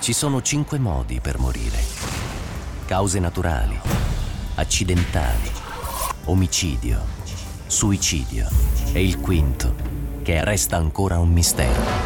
Ci sono 5 modi per morire. Cause naturali, accidentali, omicidio, suicidio e il quinto, che resta ancora un mistero.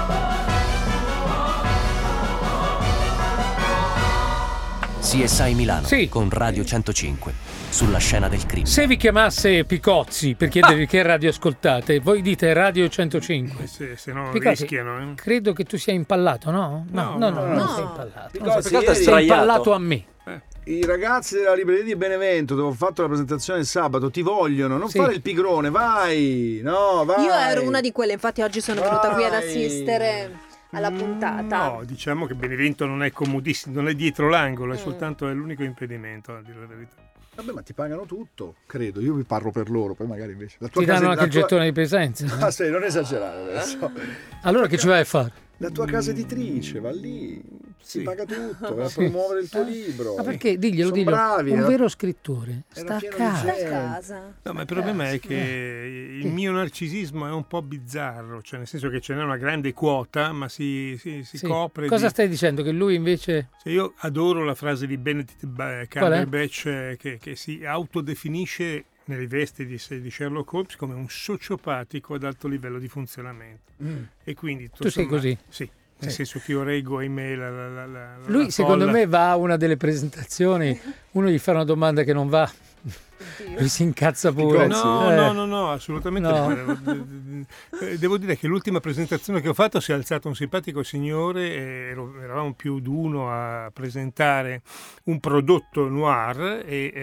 CSI Milano, Sì. con Radio 105, sulla scena del crimine. Se vi chiamasse Picozzi per chiedervi che radio ascoltate, voi dite Radio 105. Se no Picozzi, rischiano. credo che tu sia impallato, no? No, non sei impallato. Picozzi, Sei ieri- impallato a me. I ragazzi della libreria di Benevento, dove ho fatto la presentazione il sabato, ti vogliono. Non Sì. fare il pigrone, vai. No, vai. Io ero una di quelle, infatti oggi sono venuta qui ad assistere alla puntata. No, diciamo che Benevento non è comodissimo, non è dietro l'angolo, è soltanto l'unico impedimento, a dire la verità. Vabbè, ma ti pagano tutto, credo. Io vi parlo per loro, poi magari invece. La tua Ti danno casa- anche la il tua- gettone di presenza. Ah, sì, non esagerare adesso. Allora che ci vai a fare? La tua casa editrice, va lì, si Sì. paga tutto, va a promuovere il tuo libro. Ma perché? Diglielo, Sono diglielo. bravi, Un eh. vero scrittore Era sta a pieno di casa. gente. A casa. No, ma il problema è che il mio narcisismo è un po' bizzarro, cioè nel senso che ce n'è una grande quota, ma si Sì. copre Cosa di... stai dicendo? Che lui invece... Cioè, io adoro la frase di Benedict Cumberbatch che si autodefinisce nelle vesti di Sherlock Holmes come un sociopatico ad alto livello di funzionamento. E quindi Tu sei così? Sì, nel senso che io reggo ahimè Lui la secondo folla. me va a una delle presentazioni, uno gli fa una domanda che non va, lui si incazza pure. No, assolutamente No. no. Devo dire che l'ultima presentazione che ho fatto si è alzato un simpatico signore, eravamo più di uno a presentare un prodotto noir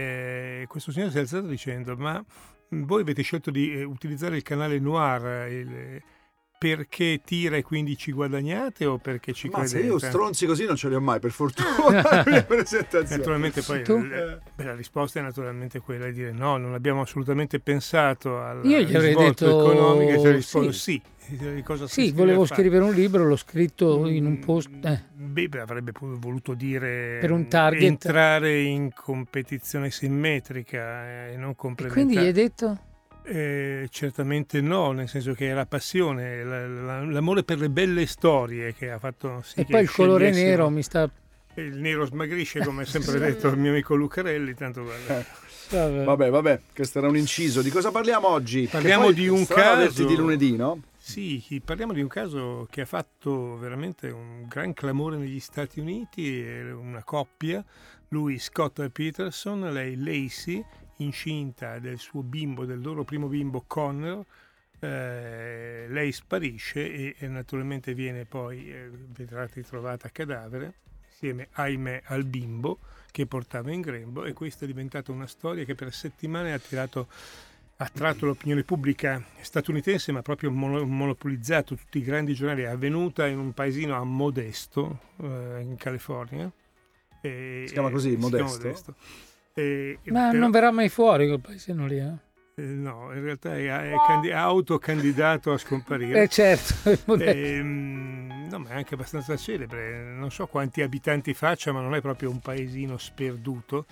e questo signore si è alzato dicendo: ma voi avete scelto di utilizzare il canale noir perché tira e quindi ci guadagnate o perché ci Ma credete? se io stronzi così non ce li ho mai, per fortuna, la mia presentazione. Naturalmente poi Tu? la risposta è naturalmente quella di dire no, non abbiamo assolutamente pensato al Io gli avrei risvolto detto economico e ti rispondo sì. sì. Cosa Sì, si volevo scrive a scrivere un libro, l'ho scritto in un post... Beh, avrebbe voluto dire Per un target. entrare in competizione simmetrica e non E complementare. quindi gli hai detto? Certamente no, nel senso che è la passione, l'amore per le belle storie che ha fatto sì E che poi il colore scegliessimo. nero mi sta... Il nero smagrisce, come ha sempre detto il mio amico Lucarelli, tanto guarda. Vabbè, questo era un inciso. Di cosa parliamo oggi? Parliamo Che poi di un strano caso averti di lunedì, no? Sì, parliamo di un caso che ha fatto veramente un gran clamore negli Stati Uniti, è una coppia, lui Scott Peterson, lei Lacey, incinta del suo bimbo, del loro primo bimbo Connor. Lei sparisce e naturalmente viene poi verrà ritrovata cadavere insieme, ahimè, al bimbo che portava in grembo, e questa è diventata una storia che per settimane ha attratto l'opinione pubblica statunitense, ma proprio monopolizzato tutti i grandi giornali. È avvenuta in un paesino a Modesto, in California. Si chiama così, Modesto? Ma non verrà mai fuori quel paesino lì, no, in realtà è autocandidato a scomparire. Certo. No, ma è anche abbastanza celebre, non so quanti abitanti faccia, ma non è proprio un paesino sperduto.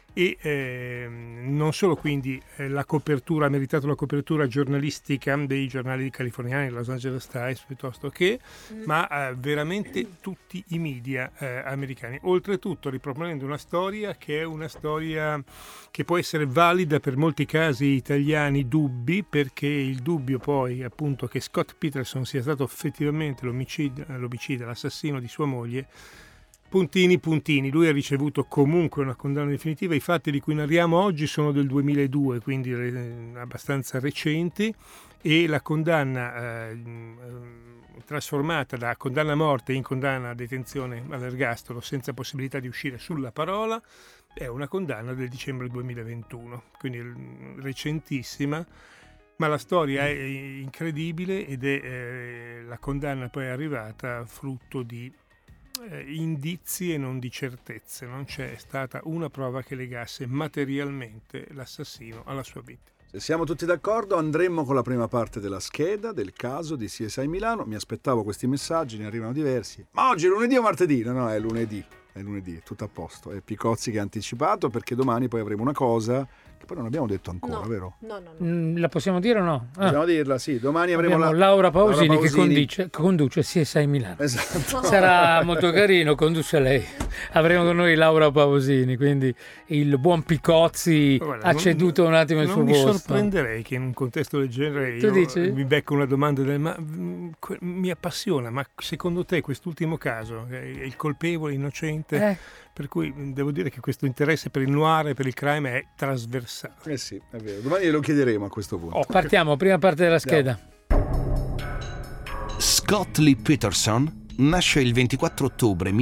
E non solo, quindi la copertura ha meritato la copertura giornalistica dei giornali californiani, Los Angeles Times piuttosto che, ma veramente tutti i media americani, oltretutto riproponendo una storia che è una storia che può essere valida per molti casi italiani dubbi, perché il dubbio poi appunto che Scott Peterson sia stato effettivamente l'omicida, l'assassino di sua moglie. Puntini, lui ha ricevuto comunque una condanna definitiva. I fatti di cui narriamo oggi sono del 2002, quindi abbastanza recenti, e la condanna trasformata da condanna a morte in condanna a detenzione all'ergastolo senza possibilità di uscire sulla parola è una condanna del dicembre 2021, quindi recentissima. Ma la storia è incredibile ed è la condanna poi è arrivata frutto di indizi e non di certezze. Non c'è stata una prova che legasse materialmente l'assassino alla sua vittima. Se siamo tutti d'accordo, andremmo con la prima parte della scheda del caso di CSI Milano. Mi aspettavo questi messaggi, ne arrivano diversi. Ma oggi è lunedì o martedì? No, è lunedì. È lunedì, tutto a posto. È Picozzi che ha anticipato, perché domani poi avremo una cosa che poi non abbiamo detto ancora, No. vero? No. La possiamo dire o no? Possiamo dirla, sì. Domani avremo Abbiamo Laura Pausini che conduce CSI Milano. Esatto. Sarà molto carino, conduce lei. Avremo con noi Laura Pausini, quindi il buon Picozzi Guarda, ha ceduto un attimo il suo non mi posto. sorprenderei che in un contesto del genere Tu io dici? mi becco una domanda mi appassiona, ma secondo te quest'ultimo caso è il colpevole, innocente? Per cui devo dire che questo interesse per il noir e per il crime è trasversale. Eh sì, è vero. Domani lo chiederemo a questo punto. Partiamo, prima parte della scheda. Scott Lee Peterson nasce il 24 ottobre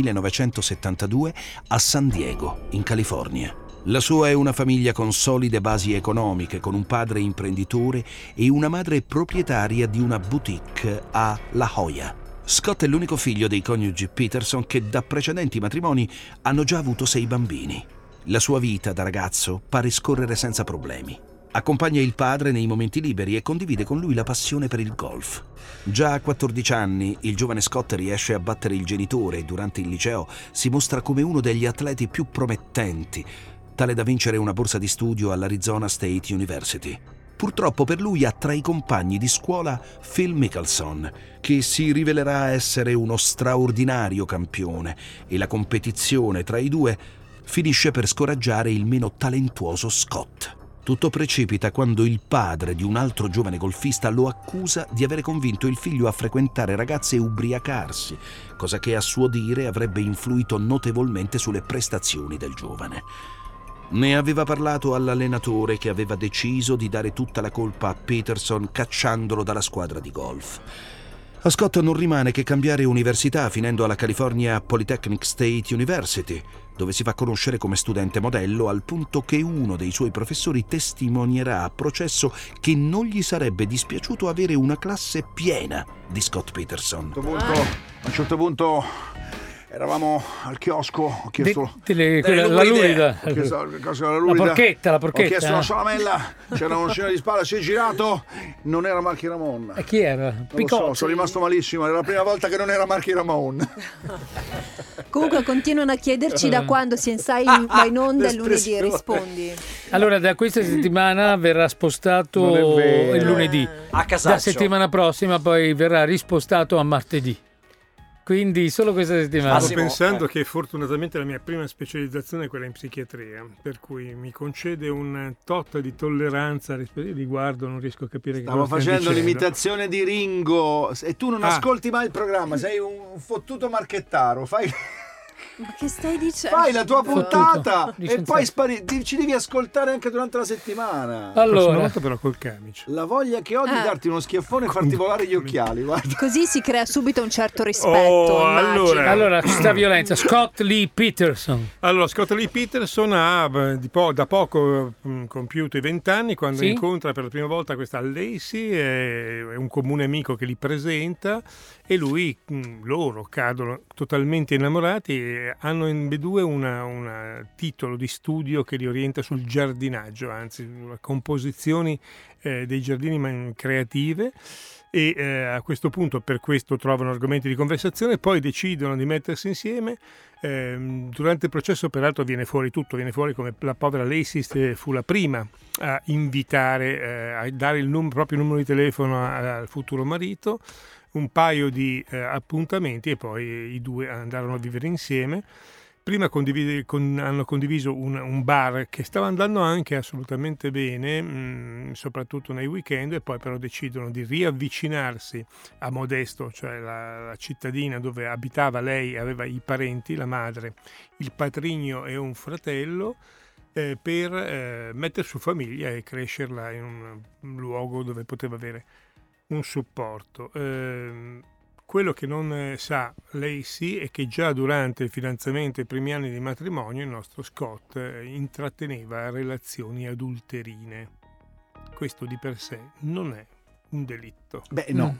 1972 a San Diego, in California. La sua è una famiglia con solide basi economiche, con un padre imprenditore e una madre proprietaria di una boutique a La Jolla. Scott è l'unico figlio dei coniugi Peterson che da precedenti matrimoni hanno già avuto 6 bambini. La sua vita da ragazzo pare scorrere senza problemi. Accompagna il padre nei momenti liberi e condivide con lui la passione per il golf. Già a 14 anni il giovane Scott riesce a battere il genitore e durante il liceo si mostra come uno degli atleti più promettenti, tale da vincere una borsa di studio all'Arizona State University. Purtroppo per lui ha tra i compagni di scuola Phil Mickelson, che si rivelerà essere uno straordinario campione, e la competizione tra i due finisce per scoraggiare il meno talentuoso Scott. Tutto precipita quando il padre di un altro giovane golfista lo accusa di avere convinto il figlio a frequentare ragazze e ubriacarsi, cosa che a suo dire avrebbe influito notevolmente sulle prestazioni del giovane. Ne aveva parlato all'allenatore, che aveva deciso di dare tutta la colpa a Peterson cacciandolo dalla squadra di golf. A Scott non rimane che cambiare università, finendo alla California Polytechnic State University, dove si fa conoscere come studente modello, al punto che uno dei suoi professori testimonierà a processo che non gli sarebbe dispiaciuto avere una classe piena di Scott Peterson. A un certo punto eravamo al chiosco, ho chiesto La lurida. La porchetta. Ho chiesto la salamella, c'era un scena di spalla, si è girato, non era Marchi Ramon. E chi era? Non lo so, sono rimasto malissimo, era la prima volta che non era Marchi Ramon. Comunque continuano a chiederci da quando CSI va in onda il lunedì, rispondi. Allora, da questa settimana verrà spostato il lunedì. A casaccio. La settimana prossima poi verrà rispostato a martedì. Quindi solo questa settimana. Stavo pensando che fortunatamente la mia prima specializzazione è quella in psichiatria, per cui mi concede un tot di tolleranza rispetto di guardo, non riesco a capire Stavo facendo l'imitazione di Ringo e tu non ascolti mai il programma, sei un fottuto marchettaro, Ma che stai dicendo? fai la tua puntata e Licenziato. poi ci devi ascoltare anche durante la settimana. Allora, volta però col camice. La voglia che ho di darti uno schiaffone e farti volare gli occhiali, guarda. Così si crea subito un certo rispetto. immagino. Allora, questa violenza. Scott Lee Peterson. Allora, Scott Lee Peterson ha da poco compiuto i 20 anni quando Sì? incontra per la prima volta questa Lacey, è un comune amico che li presenta e loro cadono totalmente innamorati e hanno ambedue un titolo di studio che li orienta sul giardinaggio, anzi sulle composizioni dei giardini creative. E a questo punto, per questo trovano argomenti di conversazione, poi decidono di mettersi insieme. Durante il processo peraltro viene fuori come la povera Lacey fu la prima a invitare, a dare il proprio numero di telefono al futuro marito, un paio di appuntamenti, e poi i due andarono a vivere insieme. Prima hanno condiviso un bar che stava andando anche assolutamente bene, soprattutto nei weekend, e poi però decidono di riavvicinarsi a Modesto, cioè la cittadina dove abitava lei, aveva i parenti, la madre, il patrigno e un fratello, per mettere su famiglia e crescerla in un luogo dove poteva avere un supporto. Quello che non sa Lacey è che già durante il fidanzamento e i primi anni di matrimonio il nostro Scott intratteneva relazioni adulterine. Questo di per sé non è un delitto. Beh, no.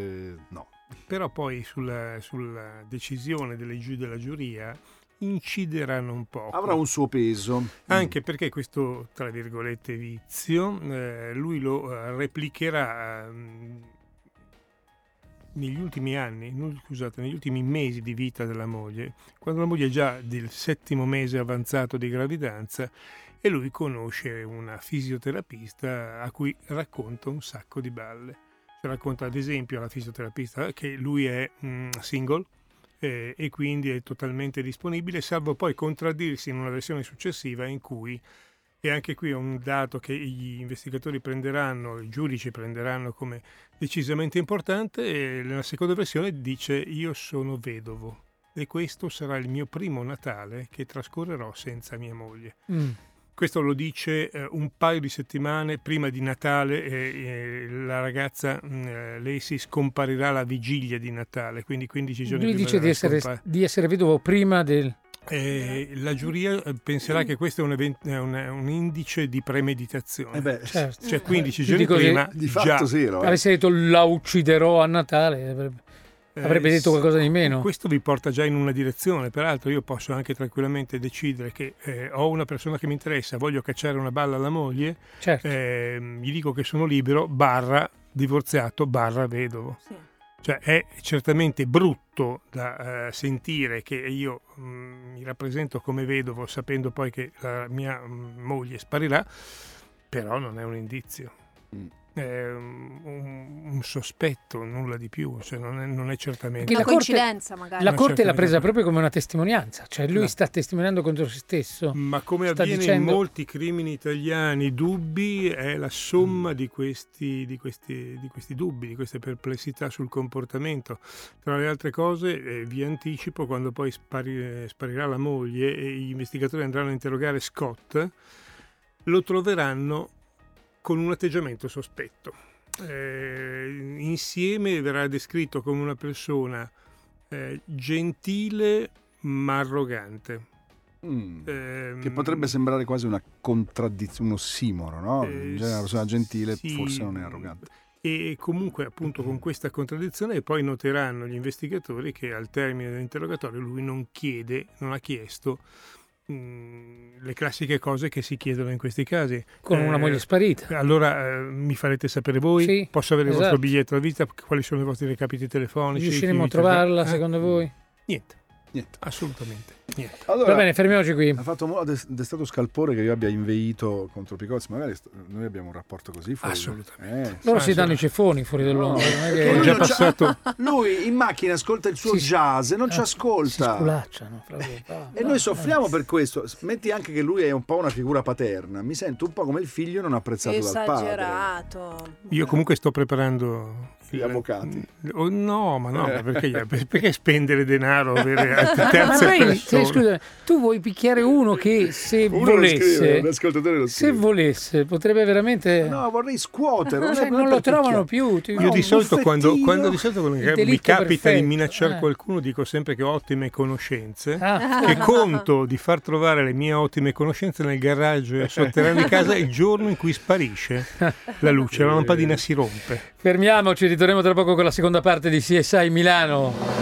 Però poi sulla decisione della giuria incideranno un po'. Avrà un suo peso. Anche perché questo, tra virgolette, vizio, lui lo replicherà negli ultimi mesi di vita della moglie, quando la moglie è già del 7° mese avanzato di gravidanza e lui conosce una fisioterapista a cui racconta un sacco di balle. Racconta ad esempio alla fisioterapista che lui è single e quindi è totalmente disponibile, salvo poi contraddirsi in una versione successiva in cui, e anche qui è un dato che gli investigatori prenderanno, i giudici prenderanno come decisamente importante, e nella seconda versione dice: io sono vedovo e questo sarà il mio primo Natale che trascorrerò senza mia moglie. Questo lo dice un paio di settimane prima di Natale, la ragazza Lacey scomparirà la vigilia di Natale, quindi 15 giorni Lui prima. dice di essere vedovo prima del... La giuria penserà che questo è un indice di premeditazione. Certo. Cioè 15 giorni prima di fatto sì, avesse detto la ucciderò a Natale, avrebbe detto qualcosa di meno. Questo vi porta già in una direzione. Peraltro io posso anche tranquillamente decidere che ho una persona che mi interessa, voglio cacciare una balla alla moglie, certo. Gli dico che sono libero, divorziato, vedovo. Sì. Cioè è certamente brutto da sentire che io mi rappresento come vedovo sapendo poi che la mia moglie sparirà, però non è un indizio. È un sospetto, nulla di più, cioè non è certamente una coincidenza magari. La Corte l'ha presa proprio come una testimonianza, cioè lui sta testimoniando contro se stesso. Ma come avviene in molti crimini italiani, dubbi è la somma di questi dubbi, di queste perplessità sul comportamento. Tra le altre cose, vi anticipo, quando poi sparirà la moglie e gli investigatori andranno a interrogare Scott, lo troveranno con un atteggiamento sospetto. Insieme verrà descritto come una persona gentile ma arrogante. Che potrebbe sembrare quasi una contraddizione, un ossimoro, no? In genere una persona gentile forse non è arrogante. E comunque appunto con questa contraddizione poi noteranno gli investigatori che al termine dell'interrogatorio lui non ha chiesto le classiche cose che si chiedono in questi casi. Con una moglie sparita. Allora mi farete sapere voi? Sì, posso avere il vostro biglietto da visita? Quali sono i vostri recapiti telefonici? Riusciremo a trovarla secondo voi? Niente, assolutamente niente. Allora, va bene, fermiamoci qui. Ha fatto destato scalpore che io abbia inveito contro Picozzi. Magari noi abbiamo un rapporto così fuori. Assolutamente. Loro si danno i ceffoni fuori dall'uomo. Ho già passato. Lui in macchina ascolta il suo jazz e non ci ascolta. Si sculacciano. E noi soffriamo per questo. Metti anche che lui è un po' una figura paterna. Mi sento un po' come il figlio non apprezzato dal padre. Esagerato. Io comunque sto preparando gli avvocati. No, perché spendere denaro per terze persone? Scusa, tu vuoi picchiare uno che se volesse, potrebbe veramente... No, vorrei scuotere. Non lo trovano più. Io di solito quando mi capita di minacciare qualcuno dico sempre che ho ottime conoscenze, che conto di far trovare le mie ottime conoscenze nel garage sotterraneo di casa il giorno in cui sparisce la luce, la lampadina si rompe. Fermiamoci, ritorniamo tra poco con la seconda parte di CSI Milano.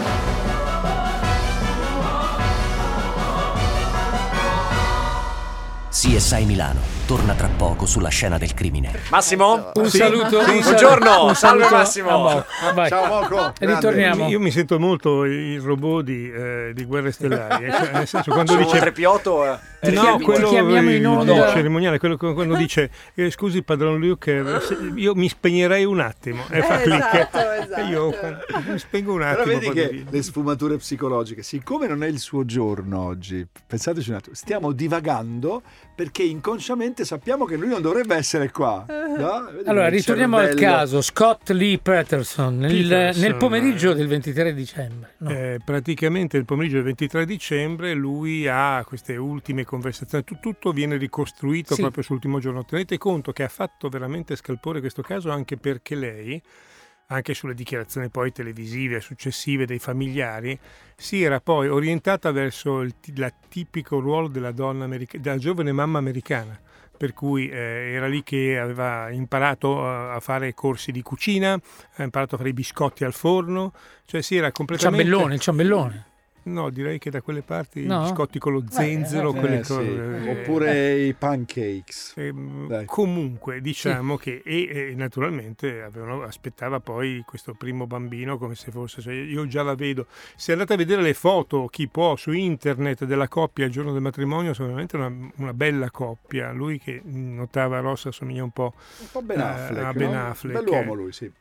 CSI Milano torna tra poco sulla scena del crimine. Massimo? Un saluto. Buongiorno. Salve Massimo. Ciao Moco. Ritorniamo. Io mi sento molto il robot di Guerre Stellari. Nel senso, quando dice Trepiotto. No, quello chiamiamo in onda. cerimoniale, quello quando dice scusi padron Luke, io mi spegnerei un attimo e fa clic. Esatto. Io mi spengo un attimo. Però vedi che le sfumature psicologiche, siccome non è il suo giorno oggi, pensateci un attimo, stiamo divagando perché inconsciamente sappiamo che lui non dovrebbe essere qua. No? Allora, ritorniamo al caso Scott Lee Peterson nel pomeriggio del 23 dicembre. No. Praticamente il pomeriggio del 23 dicembre lui ha queste ultime conversazioni, tutto viene ricostruito proprio sull'ultimo giorno. Tenete conto che ha fatto veramente scalpore questo caso, anche perché lei, anche sulle dichiarazioni poi televisive successive dei familiari, si era poi orientata verso il tipico ruolo della donna della giovane mamma americana, per cui era lì che aveva imparato a fare corsi di cucina, ha imparato a fare i biscotti al forno, cioè si era completamente... Il ciambellone. No, direi che da quelle parti No? biscotti con lo zenzero, quelle sì. cose. Oppure i pancakes. Dai. Comunque diciamo che naturalmente aspettava poi questo primo bambino come se fosse, cioè, io già la vedo, se andate a vedere le foto, chi può, su internet della coppia il giorno del matrimonio, sono veramente una bella coppia. Lui che notava Ross assomiglia un po' Ben Affleck, a Ben no? Affleck. Bell'uomo lui, sì.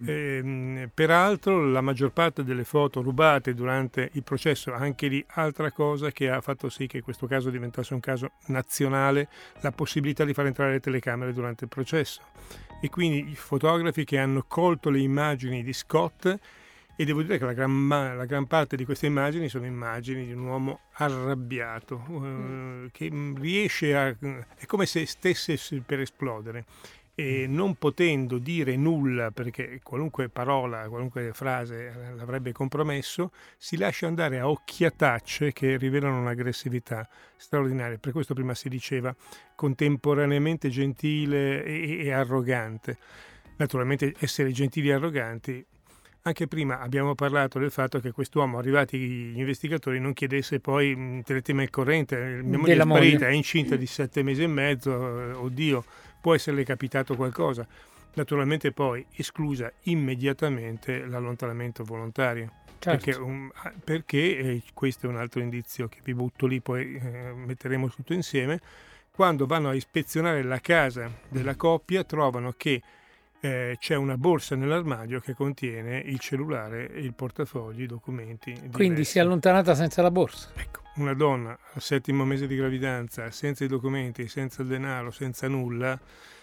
Peraltro la maggior parte delle foto rubate durante il processo, anche lì altra cosa che ha fatto sì che questo caso diventasse un caso nazionale, la possibilità di far entrare le telecamere durante il processo, e quindi i fotografi che hanno colto le immagini di Scott, e devo dire che la gran parte di queste immagini sono immagini di un uomo arrabbiato, che riesce è come se stesse per esplodere, e non potendo dire nulla perché qualunque parola, qualunque frase l'avrebbe compromesso, si lascia andare a occhiatacce che rivelano un'aggressività straordinaria. Per questo prima si diceva contemporaneamente gentile e arrogante. Naturalmente essere gentili e arroganti. Anche prima abbiamo parlato del fatto che quest'uomo, arrivati gli investigatori, non chiedesse poi teletema al corrente, mia moglie è sparita, è incinta di 7 mesi e mezzo, oddio, può esserle capitato qualcosa. Naturalmente poi esclusa immediatamente l'allontanamento volontario. Certo. Perché questo è un altro indizio che vi butto lì, poi metteremo tutto insieme. Quando vanno a ispezionare la casa della coppia trovano che c'è una borsa nell'armadio che contiene il cellulare, il portafogli, i documenti. Quindi si è allontanata senza la borsa. Ecco, una donna al 7° mese di gravidanza, senza i documenti, senza il denaro, senza nulla,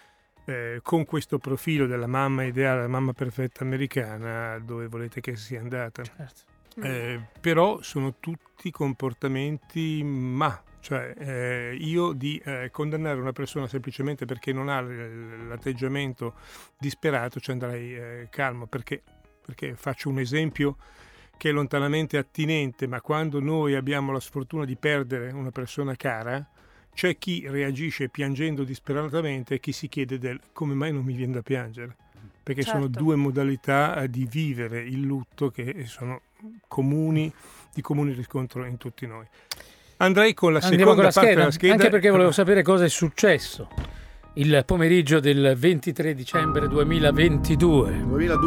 con questo profilo della mamma ideale, la mamma perfetta americana, dove volete che sia andata? Certo. Però sono tutti comportamenti cioè io di condannare una persona semplicemente perché non ha l'atteggiamento disperato, cioè andrei calmo, perché faccio un esempio che è lontanamente attinente, ma quando noi abbiamo la sfortuna di perdere una persona cara, c'è chi reagisce piangendo disperatamente e chi si chiede come mai non mi viene da piangere, perché sono due modalità di vivere il lutto che sono di comune riscontro in tutti noi. Andrei con la seconda parte della scheda. Anche perché volevo sapere cosa è successo il pomeriggio del 23 dicembre 2022.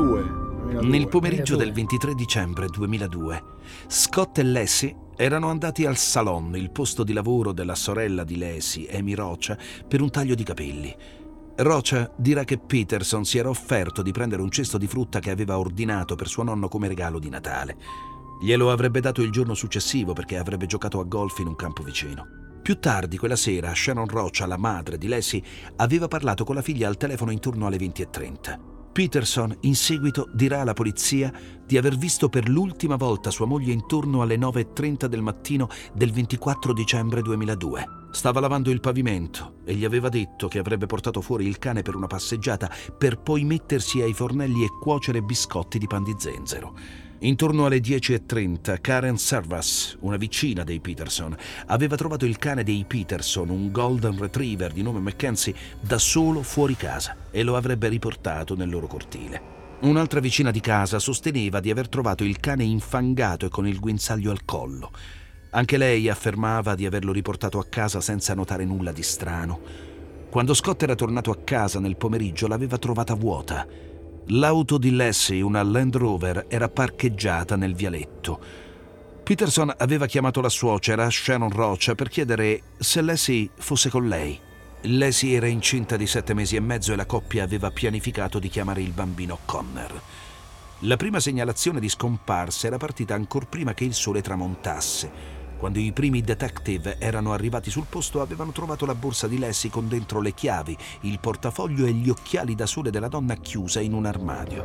Nel pomeriggio del 23 dicembre 2002, Scott e Leslie erano andati al salon, il posto di lavoro della sorella di Leslie, Amy Rocha, per un taglio di capelli. Rocha dirà che Peterson si era offerto di prendere un cesto di frutta che aveva ordinato per suo nonno come regalo di Natale. Glielo avrebbe dato il giorno successivo perché avrebbe giocato a golf in un campo vicino. Più tardi quella sera, Sharon Rocha, la madre di Leslie, aveva parlato con la figlia al telefono intorno alle 20:30. Peterson in seguito dirà alla polizia di aver visto per l'ultima volta sua moglie intorno alle 9:30 del mattino del 24 dicembre 2002. Stava lavando il pavimento e gli aveva detto che avrebbe portato fuori il cane per una passeggiata per poi mettersi ai fornelli e cuocere biscotti di pan di zenzero. Intorno alle 10:30 Karen Servas, una vicina dei Peterson, aveva trovato il cane dei Peterson, un Golden Retriever di nome Mackenzie, da solo fuori casa e lo avrebbe riportato nel loro cortile. Un'altra vicina di casa sosteneva di aver trovato il cane infangato e con il guinzaglio al collo. Anche lei affermava di averlo riportato a casa senza notare nulla di strano. Quando Scott era tornato a casa nel pomeriggio l'aveva trovata vuota. L'auto di Leslie, una Land Rover, era parcheggiata nel vialetto. Peterson aveva chiamato la suocera, Sharon Rocha, per chiedere se Leslie fosse con lei. Leslie era incinta di 7 mesi e mezzo e la coppia aveva pianificato di chiamare il bambino Connor. La prima segnalazione di scomparsa era partita ancor prima che il sole tramontasse. Quando i primi detective erano arrivati sul posto avevano trovato la borsa di Leslie con dentro le chiavi, il portafoglio e gli occhiali da sole della donna chiusa in un armadio.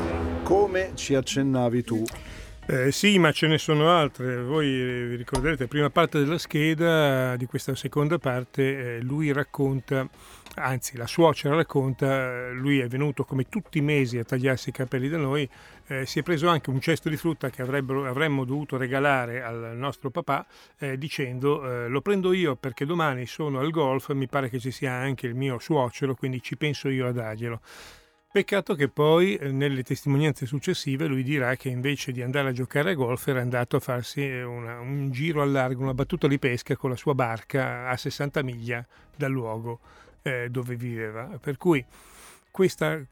Come ci accennavi tu. Sì, ma ce ne sono altre. Voi vi ricorderete, prima parte della scheda, di questa seconda parte, lui racconta, anzi la suocera racconta, lui è venuto come tutti i mesi a tagliarsi i capelli da noi, si è preso anche un cesto di frutta che avremmo dovuto regalare al nostro papà, dicendo lo prendo io perché domani sono al golf, mi pare che ci sia anche il mio suocero, quindi ci penso io a darglielo. Peccato che poi nelle testimonianze successive lui dirà che invece di andare a giocare a golf era andato a farsi un giro al largo, una battuta di pesca con la sua barca a 60 miglia dal luogo dove viveva. Per cui questa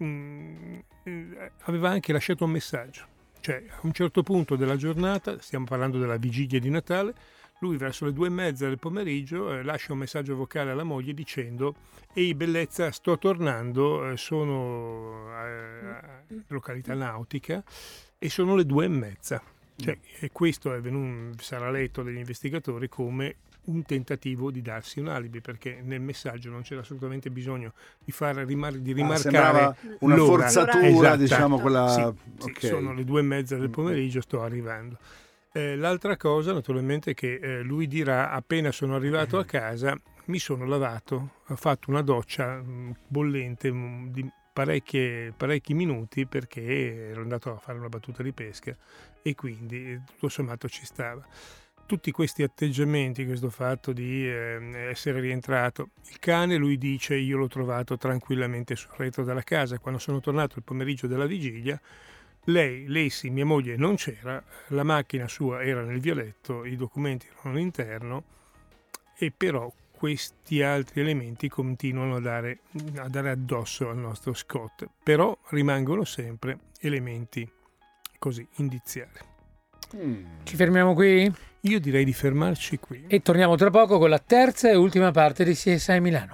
aveva anche lasciato un messaggio. Cioè, a un certo punto della giornata, stiamo parlando della vigilia di Natale, lui verso le 2:30 del pomeriggio lascia un messaggio vocale alla moglie dicendo: «Ehi bellezza, sto tornando, sono località nautica e sono le 2:30». Cioè, e questo sarà letto dagli investigatori come un tentativo di darsi un alibi, perché nel messaggio non c'era assolutamente bisogno di rimarcare sembrava una l'ora. forzatura, Esatta. diciamo quella. Sì, Okay. sono le 2:30 del pomeriggio, sto arrivando. L'altra cosa naturalmente che lui dirà: appena sono arrivato a casa mi sono lavato, ho fatto una doccia bollente di parecchi minuti, perché ero andato a fare una battuta di pesca e quindi tutto sommato ci stava. Tutti questi atteggiamenti, questo fatto di essere rientrato, il cane, lui dice, io l'ho trovato tranquillamente sul retro della casa. Quando sono tornato il pomeriggio della vigilia, Lacey, mia moglie, non c'era, la macchina sua era nel vialetto, i documenti erano all'interno, e però questi altri elementi continuano a dare addosso al nostro Scott, però rimangono sempre elementi così indiziari. Ci fermiamo qui? Io direi di fermarci qui. E torniamo tra poco con la terza e ultima parte di CSI Milano.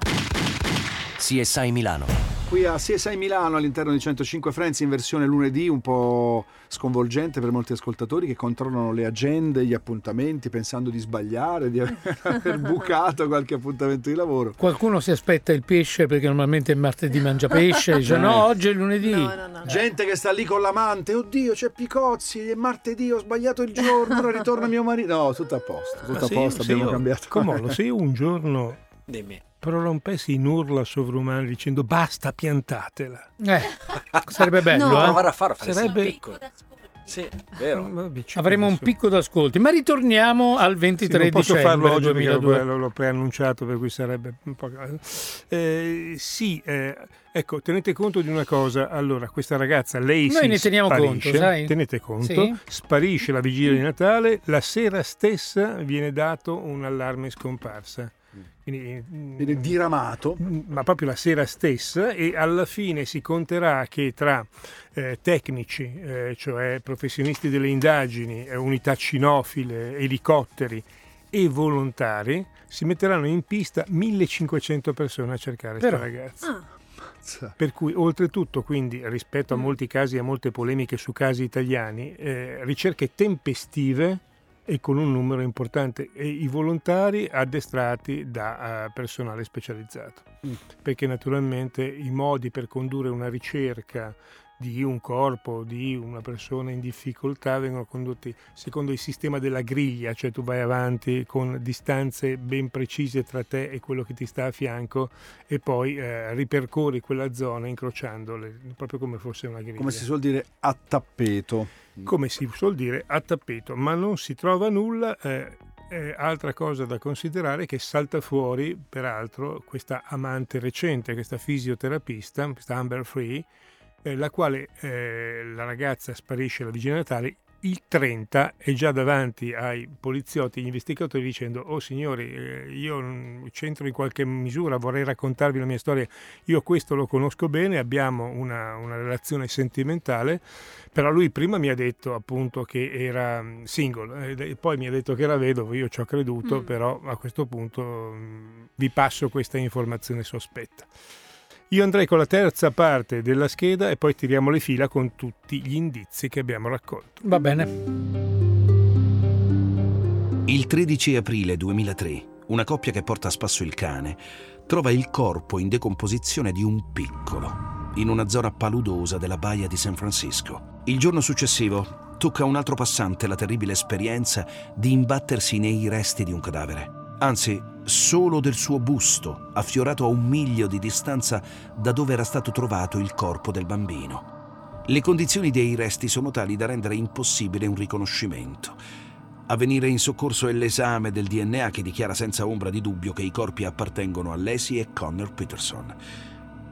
CSI Milano. Qui a CSI Milano, all'interno di 105 Friends, in versione lunedì, un po' sconvolgente per molti ascoltatori che controllano le agende, gli appuntamenti, pensando di sbagliare, di aver bucato qualche appuntamento di lavoro. Qualcuno si aspetta il pesce perché normalmente è martedì mangia pesce, dice no, oggi è lunedì. No. Gente che sta lì con l'amante, oddio c'è Picozzi, è martedì, ho sbagliato il giorno, ora ritorna mio marito. No, tutto a posto, abbiamo cambiato. Comolo, se io un giorno Dimmi. prorompessi in urla sovrumane dicendo basta, piantatela. Sarebbe bello, No. Provare a farlo, Sarebbe- piccolo. Sì, vero. Vabbè, ci Avremo un penso. picco d'ascolti, ma ritorniamo al Sì, 23 non posso dicembre farlo oggi 2002. perché l'ho preannunciato, per cui sarebbe un po'. Ecco, tenete conto di una cosa. Allora, questa ragazza, lei Noi ne teniamo sparisce, conto, sai? tenete conto, Sì. sparisce la vigilia di Natale, la sera stessa viene dato un allarme scomparsa. Quindi, Viene diramato. ma proprio la sera stessa, e alla fine si conterà che tra tecnici, cioè professionisti delle indagini, unità cinofile, elicotteri e volontari, si metteranno in pista 1500 persone a cercare questa Però- ragazza. Per cui oltretutto, quindi, rispetto a molti casi e a molte polemiche su casi italiani, ricerche tempestive e con un numero importante, e i volontari addestrati da personale specializzato, perché naturalmente i modi per condurre una ricerca di un corpo, di una persona in difficoltà, vengono condotti secondo il sistema della griglia, cioè tu vai avanti con distanze ben precise tra te e quello che ti sta a fianco, e poi ripercorri quella zona incrociandole, proprio come fosse una griglia. Come si suol dire, a tappeto. Come si suol dire, a tappeto, ma non si trova nulla. Altra cosa da considerare è che salta fuori, peraltro, questa amante recente, questa fisioterapista, questa Amber Free, la quale la ragazza sparisce alla vigilia di Natale, il 30 è già davanti ai poliziotti e agli investigatori dicendo: oh signori, io c'entro in qualche misura, vorrei raccontarvi la mia storia, io questo lo conosco bene, abbiamo una relazione sentimentale, però lui prima mi ha detto appunto che era single, e poi mi ha detto che era vedovo, io ci ho creduto, però a questo punto vi passo questa informazione sospetta. Io andrei con la terza parte della scheda e poi tiriamo le fila con tutti gli indizi che abbiamo raccolto. Va bene. Il 13 aprile 2003, una coppia che porta a spasso il cane trova il corpo in decomposizione di un piccolo in una zona paludosa della baia di San Francisco. Il giorno successivo tocca a un altro passante la terribile esperienza di imbattersi nei resti di un cadavere. Anzi, solo del suo busto, affiorato a 1 miglio di distanza da dove era stato trovato il corpo del bambino. Le condizioni dei resti sono tali da rendere impossibile un riconoscimento. A venire in soccorso è l'esame del DNA che dichiara senza ombra di dubbio che i corpi appartengono a Lacey e Connor Peterson.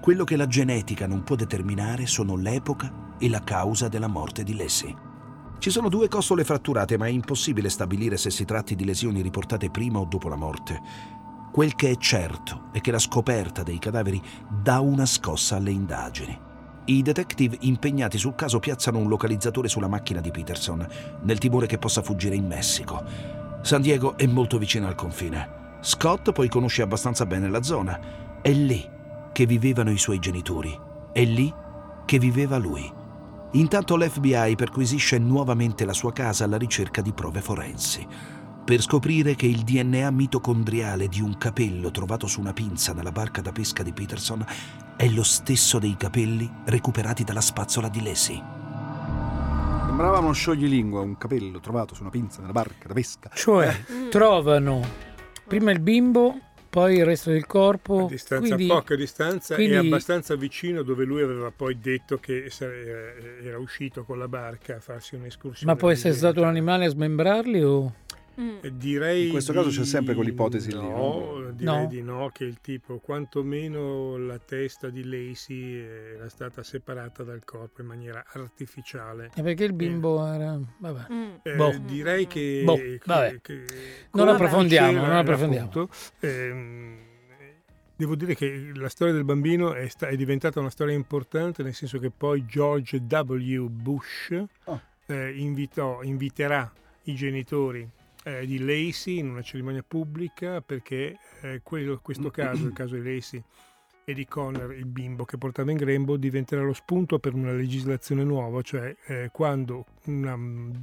Quello che la genetica non può determinare sono l'epoca e la causa della morte di Lacy. Ci sono 2 costole fratturate, ma è impossibile stabilire se si tratti di lesioni riportate prima o dopo la morte. Quel che è certo è che la scoperta dei cadaveri dà una scossa alle indagini. I detective impegnati sul caso piazzano un localizzatore sulla macchina di Peterson, nel timore che possa fuggire in Messico. San Diego è molto vicino al confine. Scott poi conosce abbastanza bene la zona. È lì che vivevano i suoi genitori. È lì che viveva lui. Intanto l'FBI perquisisce nuovamente la sua casa alla ricerca di prove forensi, per scoprire che il DNA mitocondriale di un capello trovato su una pinza nella barca da pesca di Peterson è lo stesso dei capelli recuperati dalla spazzola di Lacy. Sembrava uno scioglilingua, un capello trovato su una pinza nella barca da pesca. Cioè, trovano prima il bimbo, poi il resto del corpo. A poca distanza e abbastanza vicino, dove lui aveva poi detto che era uscito con la barca a farsi un'escursione. Ma può essere stato un animale a smembrarli o... Direi in questo caso c'è sempre quell'ipotesi lì. Direi di no, che il tipo, quantomeno la testa di Lacy era stata separata dal corpo in maniera artificiale. E perché il bimbo era... Vabbè. Direi che... non approfondiamo. Appunto, devo dire che la storia del bambino è diventata una storia importante, nel senso che poi George W. Bush inviterà i genitori di Lacy in una cerimonia pubblica, perché questo caso, il caso di Lacy e di Connor, il bimbo che portava in grembo, diventerà lo spunto per una legislazione nuova, cioè quando una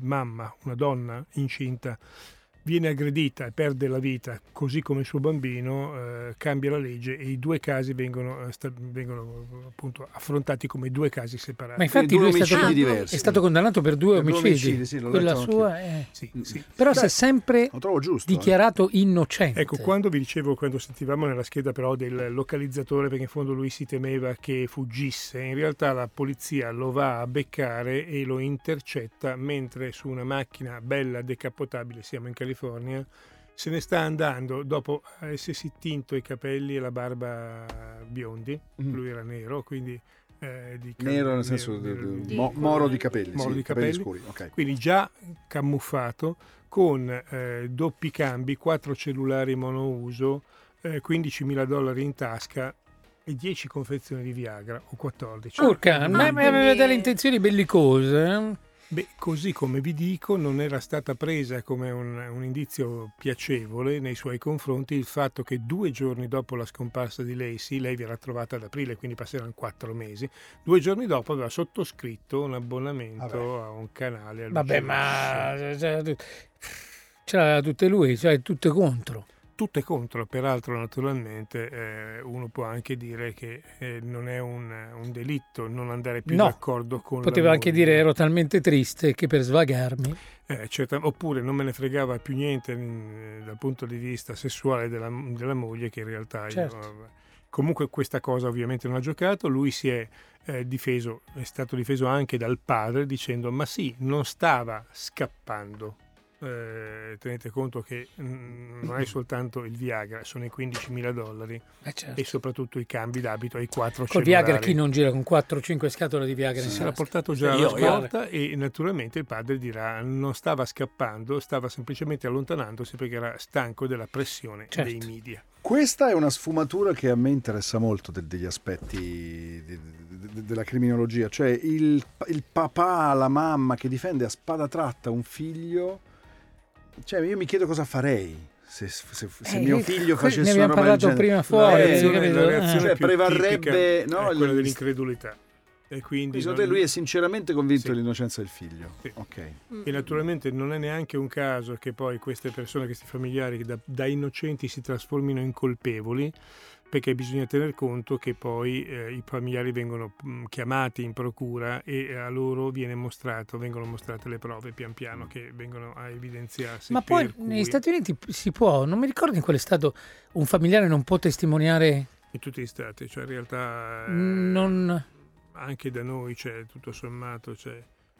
donna incinta viene aggredita e perde la vita, così come il suo bambino, cambia la legge e i 2 casi vengono appunto affrontati come 2 casi separati. Ma infatti lui è stato condannato per 2 omicidi. Sì, quella sua è... Sì. Però si è sempre dichiarato innocente. Ecco, quando vi dicevo, quando sentivamo nella scheda però del localizzatore, perché in fondo lui si temeva che fuggisse, in realtà la polizia lo va a beccare e lo intercetta mentre su una macchina bella decapotabile, siamo in California, se ne sta andando dopo essersi tinto i capelli e la barba biondi. Lui era nero, quindi nero nel senso moro di capelli, capelli scuri. Okay. Quindi già camuffato, con doppi cambi, 4 cellulari monouso, $15.000 in tasca e 10 confezioni di Viagra, o 14. Urca, ma aveva delle intenzioni bellicose. Così come vi dico, non era stata presa come un indizio piacevole nei suoi confronti il fatto che 2 giorni dopo la scomparsa di Lacy, lei vi era trovata ad aprile, quindi passeranno 4 mesi, 2 giorni dopo aveva sottoscritto un abbonamento a un canale. Ma ce l'aveva tutte lui, cioè tutte contro. Tutte contro, peraltro naturalmente uno può anche dire che non è un delitto non andare più d'accordo con poteva anche dire ero talmente triste che per svagarmi oppure non me ne fregava più niente dal punto di vista sessuale della moglie, che in realtà comunque questa cosa ovviamente non ha giocato. Lui si è difeso, è stato difeso anche dal padre dicendo ma sì, non stava scappando. Tenete conto che non è soltanto il Viagra, sono i $15.000 e soprattutto i cambi d'abito ai 4 cellulari. Viagra, chi non gira con 4-5 scatole di Viagra? Si era portato già alla porta e naturalmente il padre dirà non stava scappando, stava semplicemente allontanandosi perché era stanco della pressione dei media. Questa è una sfumatura che a me interessa molto degli aspetti della criminologia, cioè il papà, la mamma che difende a spada tratta un figlio. Cioè io mi chiedo cosa farei se mio figlio facesse una roba del genere. Prima fuori, la reazione cioè prevarrebbe è quella dell'incredulità. E quindi secondo te lui è sinceramente convinto dell'innocenza del figlio. Sì. Okay. E naturalmente non è neanche un caso che poi queste persone, questi familiari da innocenti si trasformino in colpevoli, perché bisogna tener conto che poi i familiari vengono chiamati in procura e a loro vengono mostrate le prove pian piano che vengono a evidenziarsi. Ma poi negli Stati Uniti si può, non mi ricordo in quale stato un familiare non può testimoniare. In tutti gli stati, cioè in realtà non... anche da noi c'è tutto sommato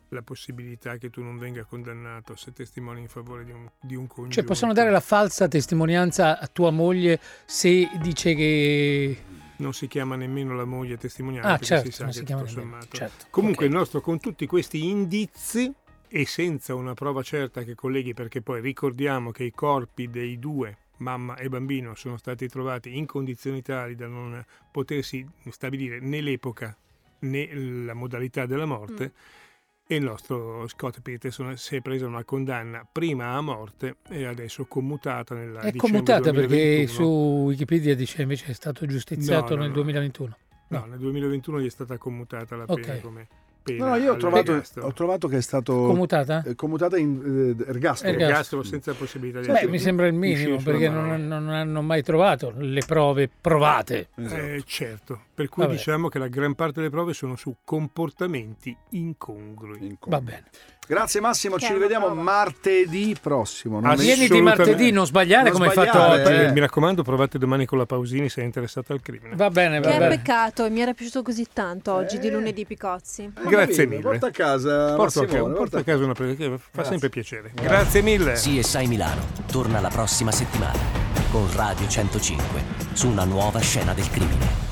la possibilità che tu non venga condannato se testimoni in favore di un congiunto. Cioè possono dare la falsa testimonianza a tua moglie se dice che... Non si chiama nemmeno la moglie testimoniale, perché certo, si sa non che si chiama tutto nemmeno, sommato. certo. Comunque Ok. il nostro, con tutti questi indizi e senza una prova certa che colleghi, perché poi ricordiamo che i corpi dei due, mamma e bambino, sono stati trovati in condizioni tali da non potersi stabilire né l'epoca né la modalità della morte, e il nostro Scott Peterson si è preso una condanna prima a morte e adesso commutata nella È dicembre commutata 2021. perché su Wikipedia dice invece è stato giustiziato No, nel no. 2021. No, nel 2021 gli è stata commutata la pena Ok. come pena. No, io ho all'ergastolo. trovato che è stato Commutata? commutata in ergastolo. Ergastolo senza possibilità di Beh, mi sembra il minimo uscire perché sulla mano. non hanno mai trovato le prove provate. Esatto. Certo, per cui Vabbè. diciamo che la gran parte delle prove sono su comportamenti incongrui. Va bene. Grazie Massimo, Che ci è una rivediamo prova. martedì prossimo. Non Assolutamente. Vieni di martedì, non sbagliare Non come hai fatto sbagliare, oggi. Mi raccomando, provate domani con la Pausini se è interessata al crimine. Va bene, va Che bene. peccato, e mi era piaciuto così tanto oggi di lunedì Picozzi. Grazie mille. Porta a casa Massimone, Porta a casa una presa che fa Grazie. sempre piacere. Grazie mille. CSI Milano torna la prossima settimana con Radio 105 su una nuova scena del crimine.